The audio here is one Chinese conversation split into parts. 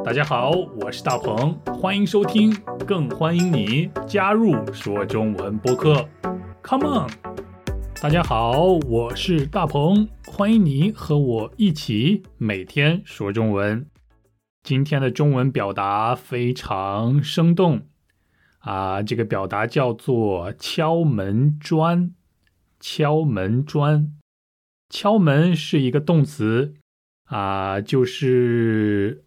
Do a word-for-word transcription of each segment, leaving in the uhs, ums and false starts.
大家好，我是大鹏，欢迎收听，更欢迎你加入说中文播客 Come on。 大家好，我是大鹏，欢迎你和我一起每天说中文。今天的中文表达非常生动啊，这个表达叫做敲门砖。敲门砖，敲门是一个动词啊，就是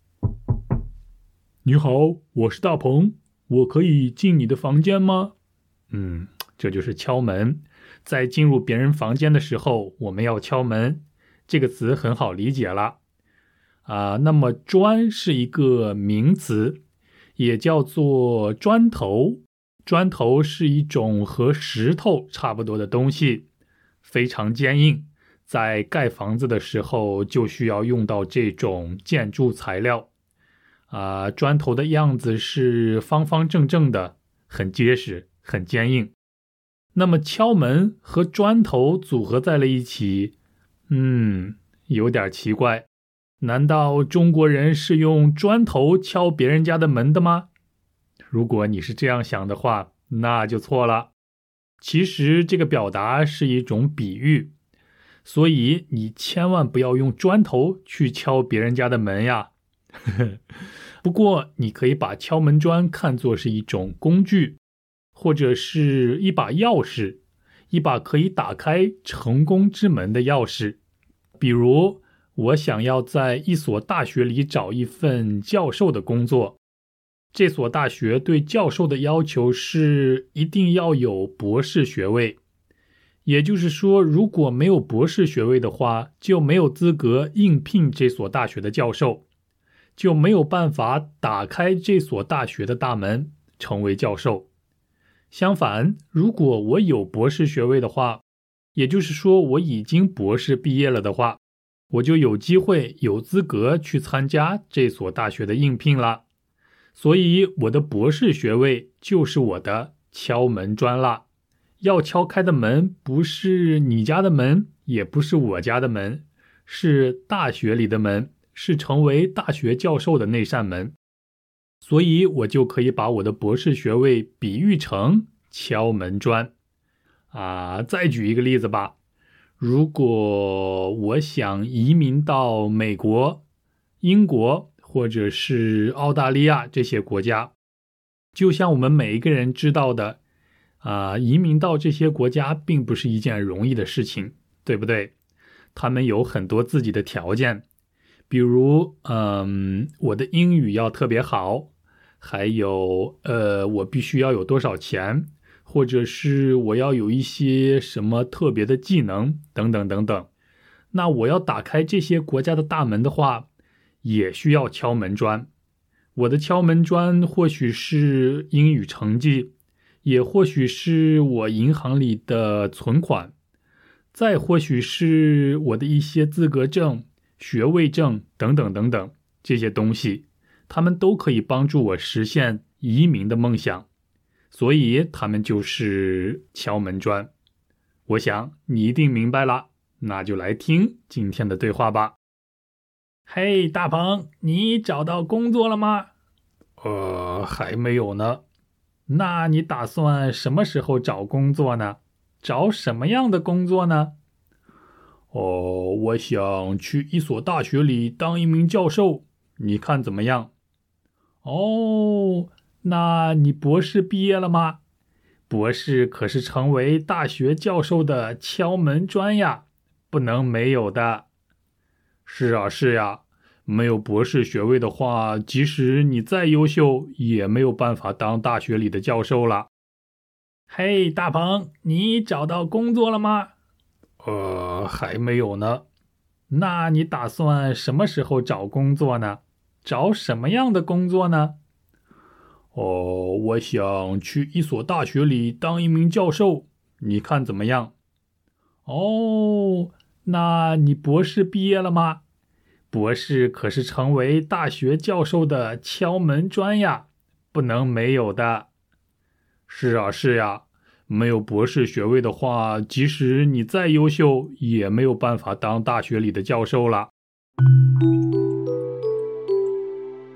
你好，我是大鹏，我可以进你的房间吗？嗯，这就是敲门。在进入别人房间的时候，我们要敲门，这个词很好理解了啊。那么砖是一个名词，也叫做砖头。砖头是一种和石头差不多的东西，非常坚硬，在盖房子的时候就需要用到这种建筑材料。啊，砖头的样子是方方正正的，很结实，很坚硬。那么敲门和砖头组合在了一起，嗯，有点奇怪。难道中国人是用砖头敲别人家的门的吗？如果你是这样想的话，那就错了。其实这个表达是一种比喻，所以你千万不要用砖头去敲别人家的门呀。不过你可以把敲门砖看作是一种工具，或者是一把钥匙，一把可以打开成功之门的钥匙。比如我想要在一所大学里找一份教授的工作，这所大学对教授的要求是一定要有博士学位，也就是说，如果没有博士学位的话，就没有资格应聘这所大学的教授，就没有办法打开这所大学的大门，成为教授。相反，如果我有博士学位的话，也就是说我已经博士毕业了的话，我就有机会有资格去参加这所大学的应聘了。所以我的博士学位就是我的敲门砖啦。要敲开的门不是你家的门，也不是我家的门，是大学里的门，是成为大学教授的那扇门。所以我就可以把我的博士学位比喻成敲门砖啊。再举一个例子吧，如果我想移民到美国、英国或者是澳大利亚这些国家，就像我们每一个人知道的啊，移民到这些国家并不是一件容易的事情，对不对？他们有很多自己的条件，比如嗯，我的英语要特别好，还有呃，我必须要有多少钱，或者是我要有一些什么特别的技能等等等等。那我要打开这些国家的大门的话，也需要敲门砖。我的敲门砖或许是英语成绩，也或许是我银行里的存款，再或许是我的一些资格证、学位证等等等等，这些东西他们都可以帮助我实现移民的梦想，所以他们就是敲门砖。我想你一定明白了，那就来听今天的对话吧。嘿，大鹏，你找到工作了吗？呃，还没有呢。那你打算什么时候找工作呢？找什么样的工作呢？哦，我想去一所大学里当一名教授，你看怎么样？哦，那你博士毕业了吗？博士可是成为大学教授的敲门砖呀，不能没有的。是啊，是呀，没有博士学位的话，即使你再优秀，也没有办法当大学里的教授了。嘿，大鹏，你找到工作了吗？呃，还没有呢。那你打算什么时候找工作呢？找什么样的工作呢？哦，我想去一所大学里当一名教授，你看怎么样？哦，那你博士毕业了吗？博士可是成为大学教授的敲门砖呀，不能没有的。是啊，是呀，没有博士学位的话，即使你再优秀，也没有办法当大学里的教授了。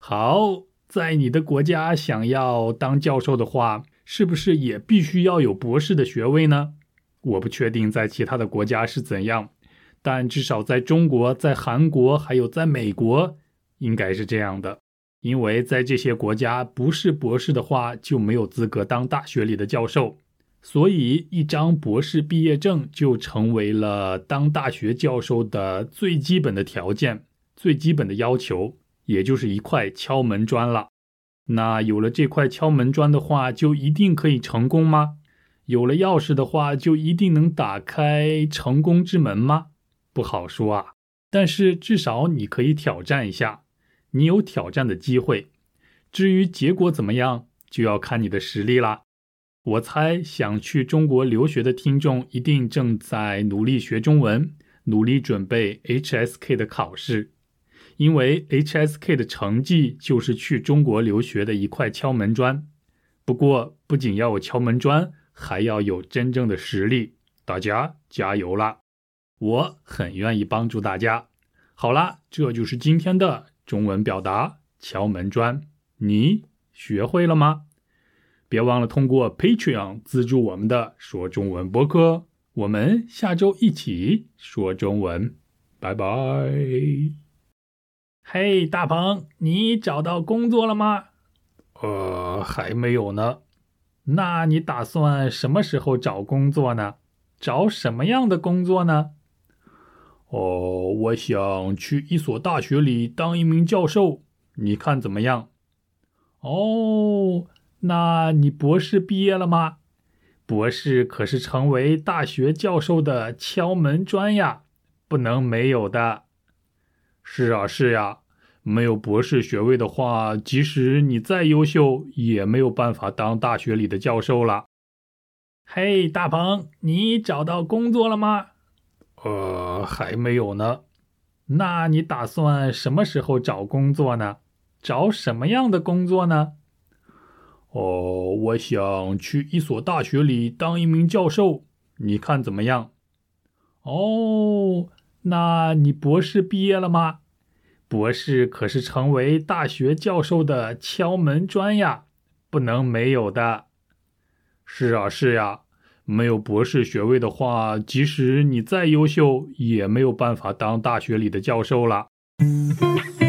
好，在你的国家想要当教授的话，是不是也必须要有博士的学位呢？我不确定在其他的国家是怎样，但至少在中国、在韩国还有在美国，应该是这样的。因为在这些国家，不是博士的话就没有资格当大学里的教授，所以一张博士毕业证就成为了当大学教授的最基本的条件，最基本的要求，也就是一块敲门砖了。那有了这块敲门砖的话，就一定可以成功吗？有了钥匙的话，就一定能打开成功之门吗？不好说啊，但是至少你可以挑战一下，你有挑战的机会。至于结果怎么样，就要看你的实力啦。我猜想去中国留学的听众一定正在努力学中文，努力准备 H S K 的考试。因为 H S K 的成绩就是去中国留学的一块敲门砖。不过不仅要有敲门砖，还要有真正的实力，大家加油啦！我很愿意帮助大家。好啦，这就是今天的中文表达敲门砖，你学会了吗？别忘了通过 Patreon 资助我们的说中文播客，我们下周一起说中文，拜拜。嘿，大鹏，你找到工作了吗？呃，还没有呢。那你打算什么时候找工作呢？找什么样的工作呢？哦，我想去一所大学里当一名教授，你看怎么样？哦，那你博士毕业了吗？博士可是成为大学教授的敲门砖呀，不能没有的。是啊，是呀，没有博士学位的话，即使你再优秀，也没有办法当大学里的教授了。嘿，大鹏，你找到工作了吗？呃，还没有呢。那你打算什么时候找工作呢？找什么样的工作呢？哦，我想去一所大学里当一名教授，你看怎么样？哦，那你博士毕业了吗？博士可是成为大学教授的敲门砖呀，不能没有的。是啊，是呀，没有博士学位的话，即使你再优秀，也没有办法当大学里的教授了。